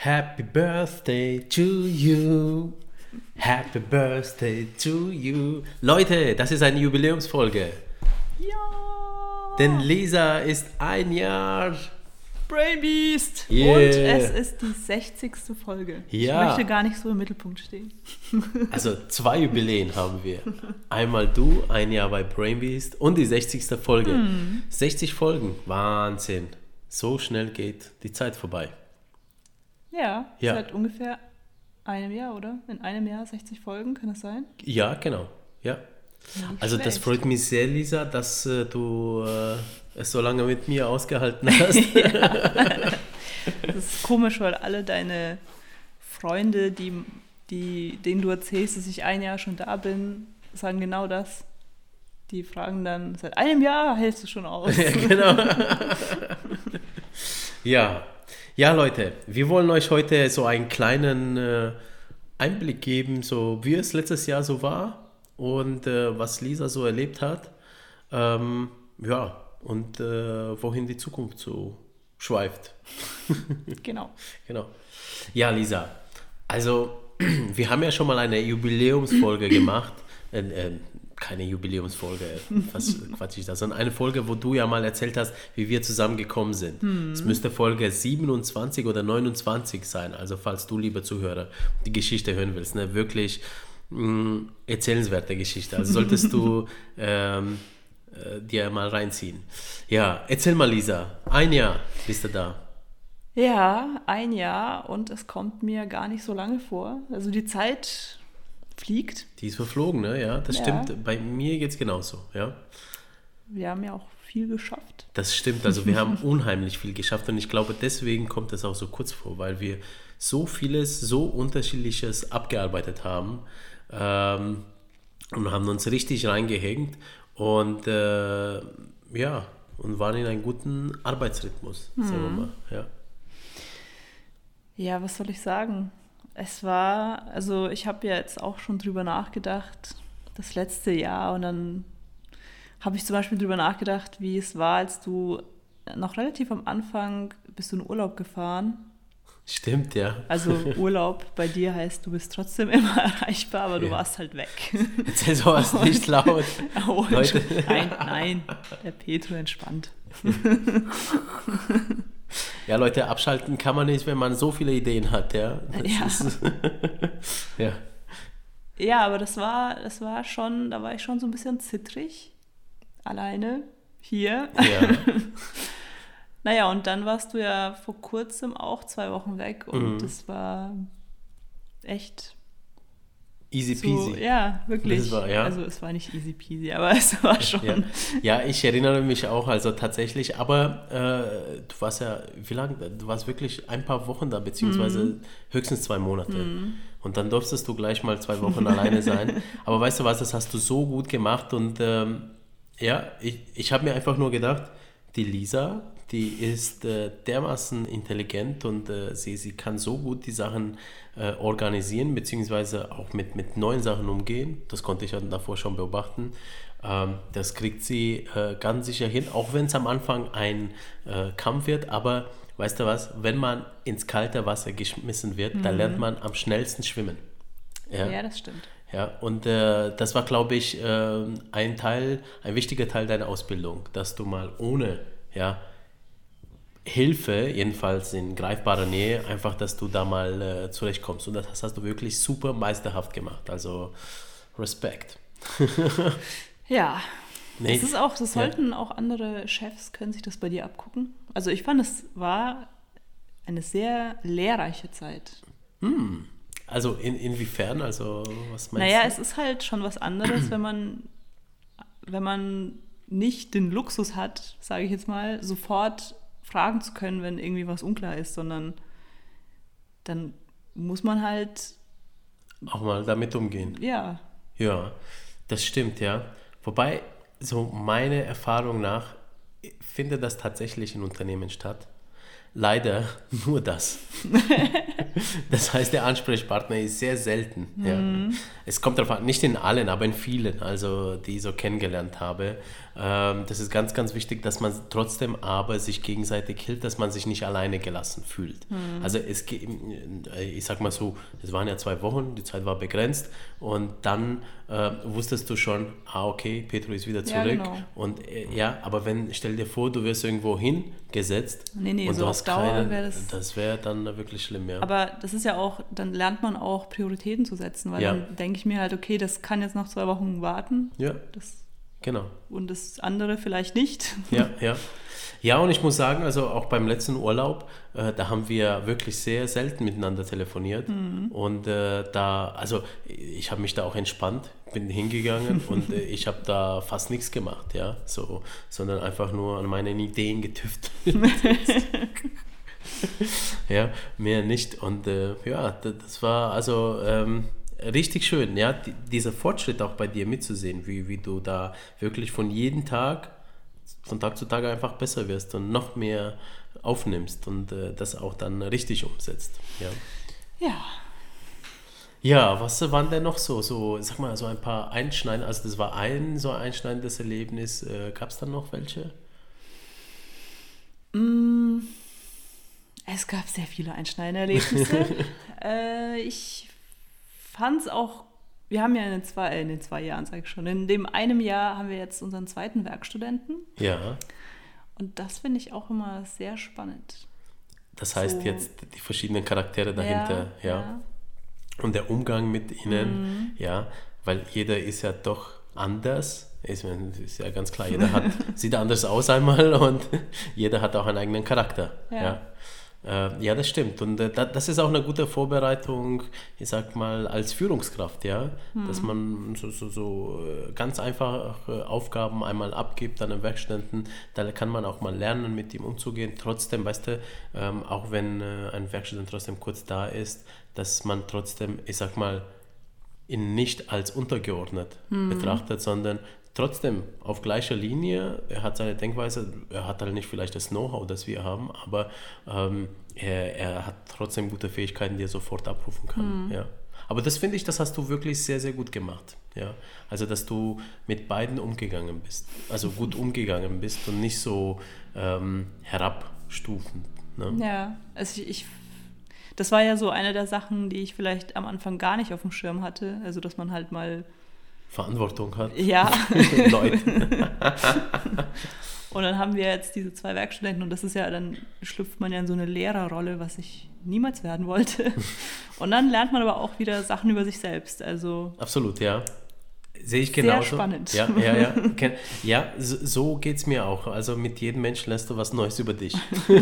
Happy Birthday to you. Happy Birthday to you. Leute, das ist eine Jubiläumsfolge. Ja. Denn Lisa ist 1 Jahr. Brain Beast. Yeah. Und es ist die 60. Folge. Ja. Ich möchte gar nicht so im Mittelpunkt stehen. Also 2 Jubiläen haben wir. Einmal du, 1 Jahr bei Brain Beast und die 60. Folge. 60 Folgen, Wahnsinn. So schnell geht die Zeit vorbei. Ja, Ja. seit ungefähr einem Jahr, oder? In einem Jahr 60 Folgen, kann das sein? Ja, genau. Ja. Nicht Also das schlecht. freut mich sehr, Lisa, dass du es so lange mit mir ausgehalten hast. Das ist komisch, weil alle deine Freunde, denen du erzählst, dass ich 1 Jahr schon da bin, sagen genau das. Die fragen dann, seit einem Jahr hältst du schon aus. Ja, genau. Ja, Leute, wir wollen euch heute so einen kleinen Einblick geben, so wie es letztes Jahr so war und was Lisa so erlebt hat. Und wohin die Zukunft so schweift. Genau. Genau. Ja, Lisa, also wir haben ja schon mal eine Jubiläumsfolge gemacht. Keine Jubiläumsfolge, was quatsch ich da, sondern eine Folge, wo du ja mal erzählt hast, wie wir zusammengekommen sind. Es müsste Folge 27 oder 29 sein, also falls du, lieber Zuhörer, die Geschichte hören willst, ne, wirklich erzählenswerte Geschichte, also solltest du dir mal reinziehen. Ja, erzähl mal, Lisa, 1 Jahr bist du da. Ja, 1 Jahr und es kommt mir gar nicht so lange vor. Also die Zeit fliegt. Die ist verflogen, ne? Ja, das Ja. stimmt. Bei mir geht's genauso, ja. Wir haben ja auch viel geschafft. Das stimmt, also wir haben unheimlich viel geschafft und ich glaube, deswegen kommt es auch so kurz vor, weil wir so vieles, so Unterschiedliches abgearbeitet haben und haben uns richtig reingehängt und und waren in einem guten Arbeitsrhythmus, sagen wir mal, ja. Ja, was soll ich sagen? Ich habe ja jetzt auch schon drüber nachgedacht, das letzte Jahr, und dann habe ich zum Beispiel drüber nachgedacht, wie es war, als du noch relativ am Anfang bist du in Urlaub gefahren. Stimmt, ja. Also Urlaub bei dir heißt, du bist trotzdem immer erreichbar, aber du Ja. warst halt weg. Erzähl sowas nicht laut. Oh, Leute. Nein, der Petro entspannt. Ja, Leute, abschalten kann man nicht, wenn man so viele Ideen hat, ja. Ja. Ja. Ja, aber da war ich schon so ein bisschen zittrig, alleine hier. Ja. Naja, und dann warst du ja vor kurzem auch 2 Wochen weg und das war echt Easy so, peasy. ja, wirklich. Das war, ja. Also es war nicht easy peasy, aber es war schon. Ja. Ja, ich erinnere mich auch, also tatsächlich, aber du warst ja, wie lange? Du warst wirklich ein paar Wochen da, beziehungsweise höchstens 2 Monate. Und dann durftest du gleich mal 2 Wochen alleine sein. Aber weißt du was, das hast du so gut gemacht und ich habe mir einfach nur gedacht, die Lisa, die ist dermaßen intelligent und sie kann so gut die Sachen organisieren, beziehungsweise auch mit neuen Sachen umgehen. Das konnte ich ja davor schon beobachten. Das kriegt sie ganz sicher hin, auch wenn es am Anfang ein Kampf wird. Aber weißt du was, wenn man ins kalte Wasser geschmissen wird, da lernt man am schnellsten schwimmen. Ja, das stimmt. Ja, und das war, glaube ich, ein wichtiger Teil deiner Ausbildung, dass du mal ohne Hilfe, jedenfalls in greifbarer Nähe, einfach, dass du da mal zurechtkommst. Und das hast du wirklich super meisterhaft gemacht. Also Respekt. Ja, Nee, das sollten auch andere Chefs, können sich das bei dir abgucken. Also ich fand, es war eine sehr lehrreiche Zeit. Also inwiefern? Also was meinst Naja, du? es ist halt schon was anderes, wenn man nicht den Luxus hat, sage ich jetzt mal, sofort fragen zu können, wenn irgendwie was unklar ist, sondern dann muss man halt, Auch mal damit umgehen. ja, Ja, das stimmt, ja. Wobei, so meiner Erfahrung nach, findet das tatsächlich in Unternehmen statt, leider nur das. Das heißt, der Ansprechpartner ist sehr selten. Ja. Es kommt darauf an, nicht in allen, aber in vielen, also die ich so kennengelernt habe. Das ist ganz, ganz wichtig, dass man trotzdem aber sich gegenseitig hilft, dass man sich nicht alleine gelassen fühlt. Also ich sag mal so, es waren ja 2 Wochen, die Zeit war begrenzt und dann wusstest du schon, okay, Petro ist wieder zurück. Ja, genau. Und aber stell dir vor, du wirst irgendwo hingesetzt Nee, und so du auf hast Dauer wäre das wäre dann wirklich schlimm, ja. Aber das ist ja auch, dann lernt man auch Prioritäten zu setzen, weil dann denke ich mir halt, okay, das kann jetzt noch 2 Wochen warten. Ja, genau. Und das andere vielleicht nicht. Ja. Ja, und ich muss sagen, also auch beim letzten Urlaub, da haben wir wirklich sehr selten miteinander telefoniert. Und also ich habe mich da auch entspannt, bin hingegangen und ich habe da fast nichts gemacht, ja, so, sondern einfach nur an meinen Ideen getüftelt. Ja, mehr nicht. Und das war also richtig schön, ja, dieser Fortschritt auch bei dir mitzusehen, wie du da wirklich von Tag zu Tag einfach besser wirst und noch mehr aufnimmst und das auch dann richtig umsetzt. Ja. Ja. Ja, was waren denn noch so, sag mal, so ein paar Einschneiden, also das war so ein einschneidendes Erlebnis, gab es dann noch welche? Es gab sehr viele einschneidende Erlebnisse. Ich fand es auch, wir haben ja in den 2 Jahren, sage ich schon, in dem einem Jahr haben wir jetzt unseren 2. Werkstudenten. Ja. Und das finde ich auch immer sehr spannend. Das heißt So. jetzt die verschiedenen Charaktere dahinter, ja. Und der Umgang mit ihnen, ja, weil jeder ist ja doch anders. Ist ja ganz klar, jeder sieht anders aus einmal und jeder hat auch einen eigenen Charakter. Ja, das stimmt. Und das ist auch eine gute Vorbereitung, ich sag mal, als Führungskraft, ja, dass man so ganz einfache Aufgaben einmal abgibt an den Werkstudenten, da kann man auch mal lernen, mit ihm umzugehen. Trotzdem, weißt du, auch wenn ein Werkstudent trotzdem kurz da ist, dass man trotzdem, ich sag mal, ihn nicht als untergeordnet betrachtet, sondern trotzdem auf gleicher Linie. Er hat seine Denkweise, er hat halt nicht vielleicht das Know-how, das wir haben, aber er hat trotzdem gute Fähigkeiten, die er sofort abrufen kann. Ja. Aber das finde ich, das hast du wirklich sehr, sehr gut gemacht. Ja. Also, dass du mit beiden umgegangen bist, also gut umgegangen bist und nicht so herabstufend. Ne? Ja, also das war ja so eine der Sachen, die ich vielleicht am Anfang gar nicht auf dem Schirm hatte. Also, dass man halt mal Verantwortung hat. Ja. Leute. Und dann haben wir jetzt diese 2 Werkstudenten und das ist ja, dann schlüpft man ja in so eine Lehrerrolle, was ich niemals werden wollte. Und dann lernt man aber auch wieder Sachen über sich selbst. Also absolut, ja. Sehe ich genauso. Sehr spannend. Ja. Ja, so geht es mir auch. Also mit jedem Menschen lernst du was Neues über dich.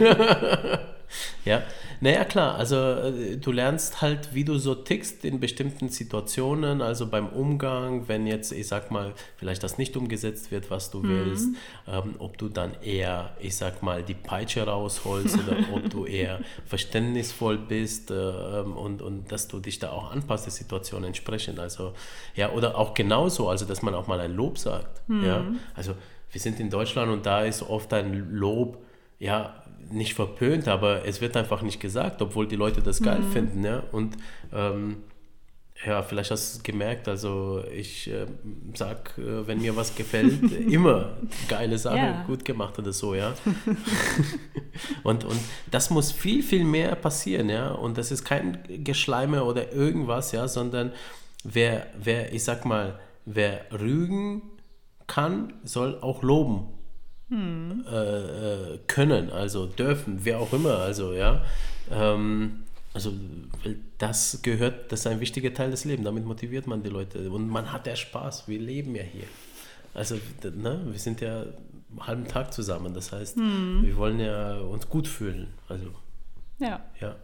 Ja, naja, klar. Also du lernst halt, wie du so tickst in bestimmten Situationen, also beim Umgang, wenn jetzt, ich sag mal, vielleicht das nicht umgesetzt wird, was du willst, ob du dann eher, ich sag mal, die Peitsche rausholst oder ob du eher verständnisvoll bist und dass du dich da auch anpasst, der Situation entsprechend. Also, ja, oder auch genauso, also dass man auch mal ein Lob sagt. Ja, also wir sind in Deutschland und da ist oft ein Lob, ja, nicht verpönt, aber es wird einfach nicht gesagt, obwohl die Leute das geil finden. Ja? Und ja, vielleicht hast du es gemerkt, also ich sag, wenn mir was gefällt, immer geile Sache, gut gemacht oder so, ja. und das muss viel, viel mehr passieren, ja. Und das ist kein Geschleime oder irgendwas, ja, sondern wer rügen kann, soll auch loben. Können, also dürfen, wer auch immer, also ja, also das ist ein wichtiger Teil des Lebens, damit motiviert man die Leute und man hat ja Spaß, wir leben ja hier, also ne, wir sind ja einen halben Tag zusammen, das heißt, wir wollen ja uns gut fühlen, also ja,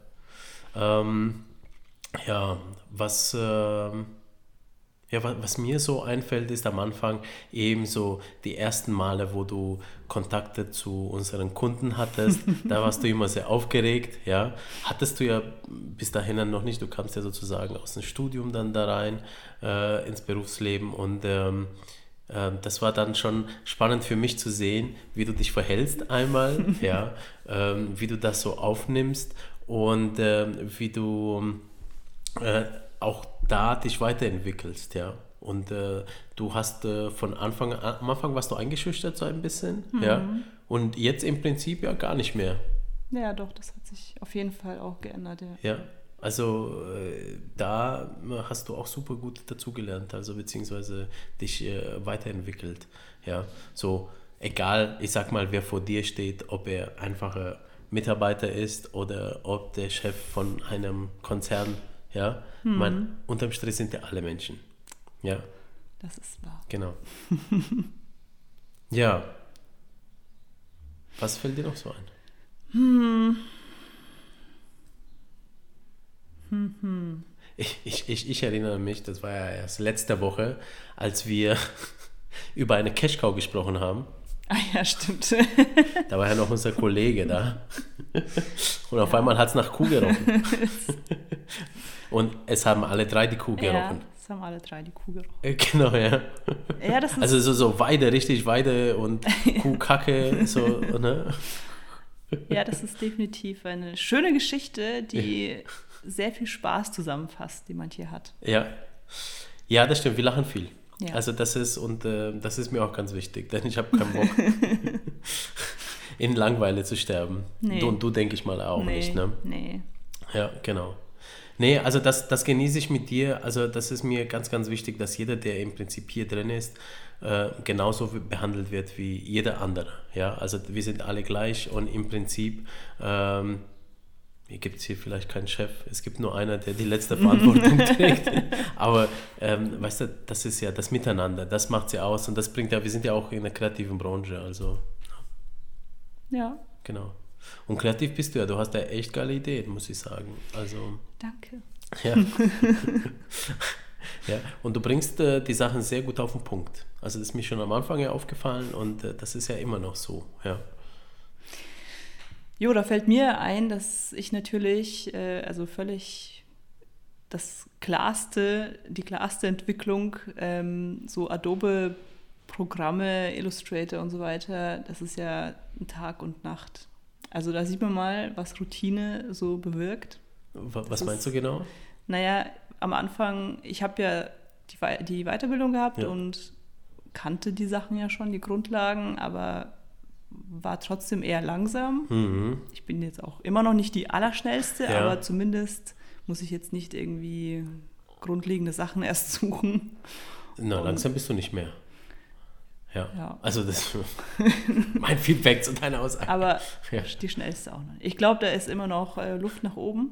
was mir so einfällt, ist am Anfang eben so die ersten Male, wo du Kontakte zu unseren Kunden hattest, da warst du immer sehr aufgeregt, ja. Hattest du ja bis dahin dann noch nicht, du kamst ja sozusagen aus dem Studium dann da rein ins Berufsleben und Das war dann schon spannend für mich zu sehen, wie du dich verhältst einmal, ja, wie du das so aufnimmst und wie du auch da dich weiterentwickelst, ja. Und du hast am Anfang warst du eingeschüchtert so ein bisschen, ja, und jetzt im Prinzip ja gar nicht mehr. Ja, doch, das hat sich auf jeden Fall auch geändert, ja. Ja, also da hast du auch super gut dazugelernt, also beziehungsweise dich weiterentwickelt, ja. So, egal, ich sag mal, wer vor dir steht, ob er einfacher Mitarbeiter ist oder ob der Chef von einem Konzern, ja. Unterm Strich sind ja alle Menschen, ja. Das ist wahr. Genau. Ja. Was fällt dir noch so ein? Ich erinnere mich, das war ja erst letzte Woche, als wir über eine Cash-Cow gesprochen haben. Ah ja, stimmt. Da war ja noch unser Kollege da. Und auf einmal hat es nach Kuh gerochen. Und es haben alle drei die Kuh gerochen. Ja, es haben alle drei die Kuh gerochen. Genau, ja. Ja, das ist Also so Weide, richtig Weide und Kuhkacke, so, ne? Ja, das ist definitiv eine schöne Geschichte, die sehr viel Spaß zusammenfasst, die man hier hat. Ja. Ja, das stimmt, wir lachen viel. Ja. Also das ist mir auch ganz wichtig, denn ich habe keinen Bock, in Langeweile zu sterben. Nee. Du denke ich mal auch nicht, ne? Nee. Ja, genau. Nee, also das genieße ich mit dir. Also das ist mir ganz, ganz wichtig, dass jeder, der im Prinzip hier drin ist, genauso behandelt wird wie jeder andere. Ja, also wir sind alle gleich und im Prinzip hier gibt es hier vielleicht keinen Chef. Es gibt nur einer, der die letzte Verantwortung trägt. Aber weißt du, das ist ja das Miteinander, das macht es ja aus und das bringt ja, wir sind ja auch in der kreativen Branche, also Ja. genau. Und kreativ bist du ja, du hast ja echt geile Ideen, muss ich sagen. Also Danke. ja. Ja, und du bringst die Sachen sehr gut auf den Punkt. Also das ist mir schon am Anfang ja aufgefallen und das ist ja immer noch so, ja. Jo, da fällt mir ein, dass ich natürlich völlig die klarste Entwicklung, so Adobe-Programme, Illustrator und so weiter, das ist ja Tag und Nacht. Also da sieht man mal, was Routine so bewirkt. Was meinst du genau? Naja, am Anfang, ich habe ja die Weiterbildung gehabt und kannte die Sachen ja schon, die Grundlagen, aber war trotzdem eher langsam. Mhm. Ich bin jetzt auch immer noch nicht die Allerschnellste, Ja. aber zumindest muss ich jetzt nicht irgendwie grundlegende Sachen erst suchen. Na, langsam bist du nicht mehr. Ja. Ja. Also das mein Feedback zu deiner Aussage. Aber Ja. die schnellste auch noch. Ich glaube, da ist immer noch Luft nach oben.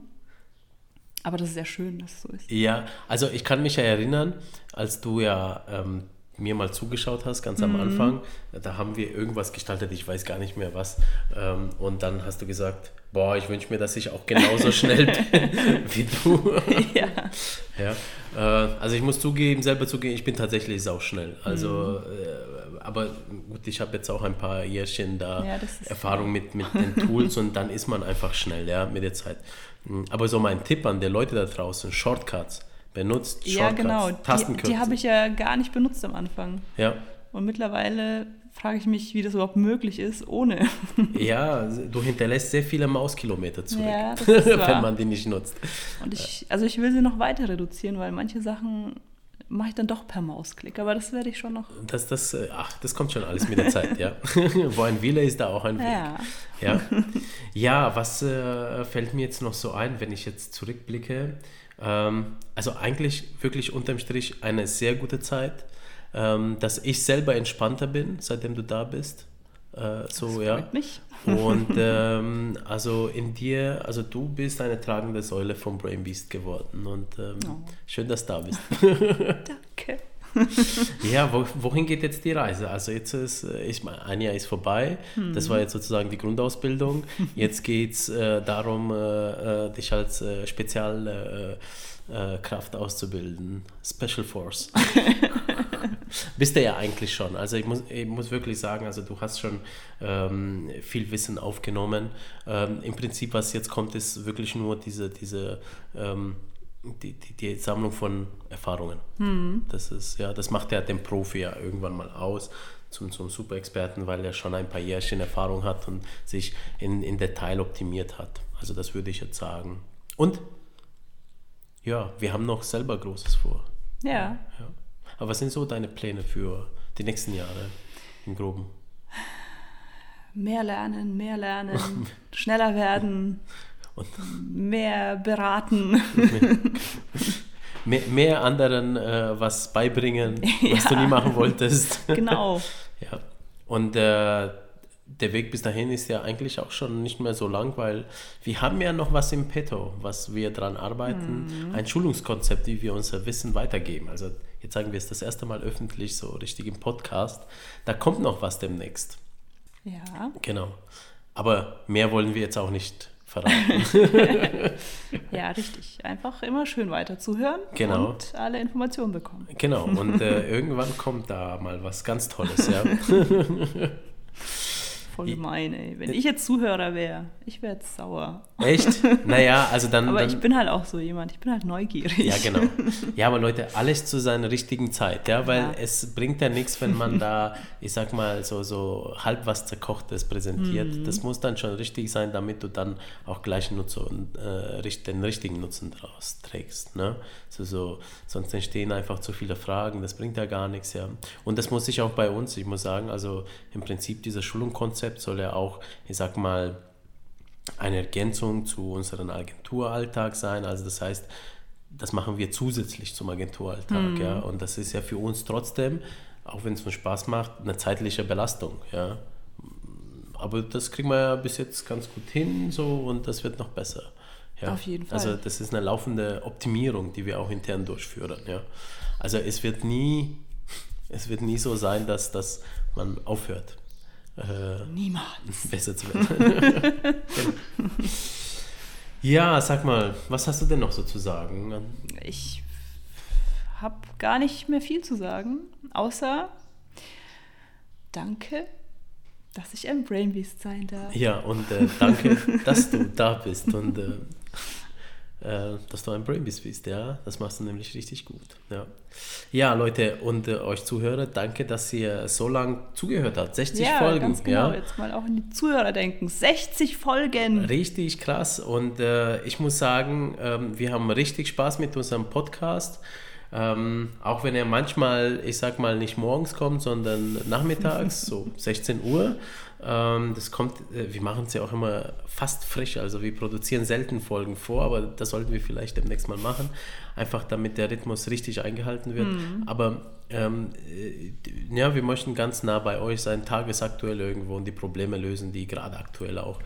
Aber das ist sehr schön, dass es so ist. Ja, also ich kann mich ja erinnern, als du ja mir mal zugeschaut hast, ganz am Anfang, da haben wir irgendwas gestaltet, ich weiß gar nicht mehr was. Und dann hast du gesagt, boah, ich wünsche mir, dass ich auch genauso schnell bin wie du. Ja. Ja, also ich muss selber zugeben, ich bin tatsächlich sauschnell. Also, aber gut, ich habe jetzt auch ein paar Jährchen da Ja, das ist Erfahrung mit den Tools und dann ist man einfach schnell, ja, mit der Zeit. Aber so mein Tipp an die Leute da draußen, Shortcuts, benutzt Ja, Shortcuts, genau. Tastenkürzel. Die habe ich ja gar nicht benutzt am Anfang. Ja. Und mittlerweile frage ich mich, wie das überhaupt möglich ist, ohne. Ja, du hinterlässt sehr viele Mauskilometer zurück, Ja, das ist wahr. wenn man die nicht nutzt. Und ich will sie noch weiter reduzieren, weil manche Sachen mache ich dann doch per Mausklick. Aber das werde ich schon noch. Das kommt schon alles mit der Zeit, ja. Wo ein Wille ist, da auch ein Weg. Ja. Ja, ja, was fällt mir jetzt noch so ein, wenn ich jetzt zurückblicke? Also eigentlich wirklich unterm Strich eine sehr gute Zeit, dass ich selber entspannter bin, seitdem du da bist. Das freut mich. Und also in dir, also du bist eine tragende Säule vom Brain Beast geworden und schön, dass du da bist. Danke. Ja, wohin geht jetzt die Reise? Also jetzt ein Jahr ist vorbei, das war jetzt sozusagen die Grundausbildung. Jetzt geht es darum, dich als Spezialkraft auszubilden, Special Force. Bist du ja eigentlich schon. Also ich muss wirklich sagen, also du hast schon viel Wissen aufgenommen. Im Prinzip, was jetzt kommt, ist wirklich nur diese die Sammlung von Erfahrungen. Das macht ja den Profi ja irgendwann mal aus zum Superexperten, weil er schon ein paar Jährchen Erfahrung hat und sich in Detail optimiert hat. Also das würde ich jetzt sagen. Und ja, wir haben noch selber Großes vor. Ja. Aber was sind so deine Pläne für die nächsten Jahre im Groben? Mehr lernen, schneller werden, und mehr beraten. Mehr anderen was beibringen, was du nie machen wolltest. Genau. Ja. Und der Weg bis dahin ist ja eigentlich auch schon nicht mehr so lang, weil wir haben ja noch was im Petto, was wir dran arbeiten. Ein Schulungskonzept, wie wir unser Wissen weitergeben. Also jetzt sagen wir es das erste Mal öffentlich, so richtig im Podcast. Da kommt noch was demnächst. Ja. Genau. Aber mehr wollen wir jetzt auch nicht verraten. Ja, richtig. Einfach immer schön weiter zuhören und alle Informationen bekommen. Genau. Und irgendwann kommt da mal was ganz Tolles, ja. Voll gemein, ey. Wenn ich jetzt Zuhörer wäre, ich wäre jetzt sauer. Echt? Naja, also dann... Aber ich bin halt auch so jemand, ich bin halt neugierig. Ja, genau. Ja, aber Leute, alles zu seiner richtigen Zeit, ja, weil es bringt ja nichts, wenn man da, ich sag mal, so halb was Zerkochtes präsentiert. Das muss dann schon richtig sein, damit du dann auch gleich den richtigen Nutzen daraus trägst, ne? Sonst entstehen einfach zu viele Fragen, das bringt ja gar nichts, ja. Und das muss ich auch bei uns, ich muss sagen, also im Prinzip dieser Schulungskonzept soll ja auch, ich sag mal, eine Ergänzung zu unserem Agenturalltag sein. Also das heißt, das machen wir zusätzlich zum Agenturalltag. Ja? Und das ist ja für uns trotzdem, auch wenn es uns Spaß macht, eine zeitliche Belastung. Ja? Aber das kriegen wir ja bis jetzt ganz gut hin so, und das wird noch besser. Ja? Auf jeden Fall. Also das ist eine laufende Optimierung, die wir auch intern durchführen. Ja? Also es wird nie so sein, dass man aufhört. Niemals. Besser zu werden. Ja, sag mal, was hast du denn noch so zu sagen? Ich habe gar nicht mehr viel zu sagen, außer danke, dass ich ein Brainbeast sein darf. Ja, und danke, dass du da bist und dass du ein Brainbeast bist, ja, das machst du nämlich richtig gut. Ja, Leute und euch Zuhörer, danke, dass ihr so lange zugehört habt. 60 Folgen. Ganz genau, jetzt mal auch an die Zuhörer denken. 60 Folgen. Richtig krass, und ich muss sagen, wir haben richtig Spaß mit unserem Podcast. Auch wenn er manchmal, ich sag mal, nicht morgens kommt, sondern nachmittags, so 16 Uhr. Das kommt, wir machen es ja auch immer fast frisch, also wir produzieren selten Folgen vor, aber das sollten wir vielleicht demnächst mal machen, einfach damit der Rhythmus richtig eingehalten wird. Aber ja, wir möchten ganz nah bei euch sein, tagesaktuell irgendwo, und die Probleme lösen, die gerade aktuell auch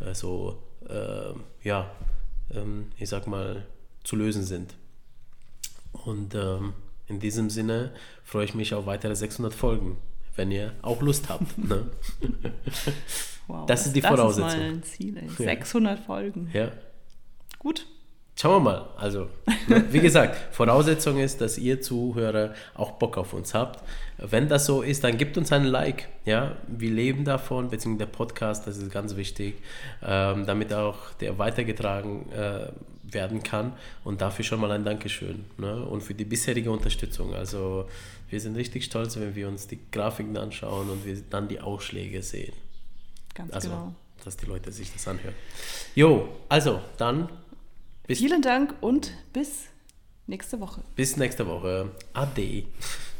ich sag mal, zu lösen sind. Und in diesem Sinne freue ich mich auf weitere 600 Folgen, wenn ihr auch Lust habt. Ne? Wow, das ist die Voraussetzung. Das ist mal ein Ziel, ey. 600 Folgen. Ja. Gut. Schauen wir mal. Also, ne, wie gesagt, Voraussetzung ist, dass ihr Zuhörer auch Bock auf uns habt. Wenn das so ist, dann gebt uns einen Like. Ja? Wir leben davon, beziehungsweise der Podcast, das ist ganz wichtig, damit auch der weitergetragen werden kann. Und dafür schon mal ein Dankeschön. Ne? Und für die bisherige Unterstützung. Also, wir sind richtig stolz, wenn wir uns die Grafiken anschauen und wir dann die Ausschläge sehen. Ganz genau. Dass die Leute sich das anhören. Jo, also, dann... Vielen Dank und bis nächste Woche. Bis nächste Woche. Ade.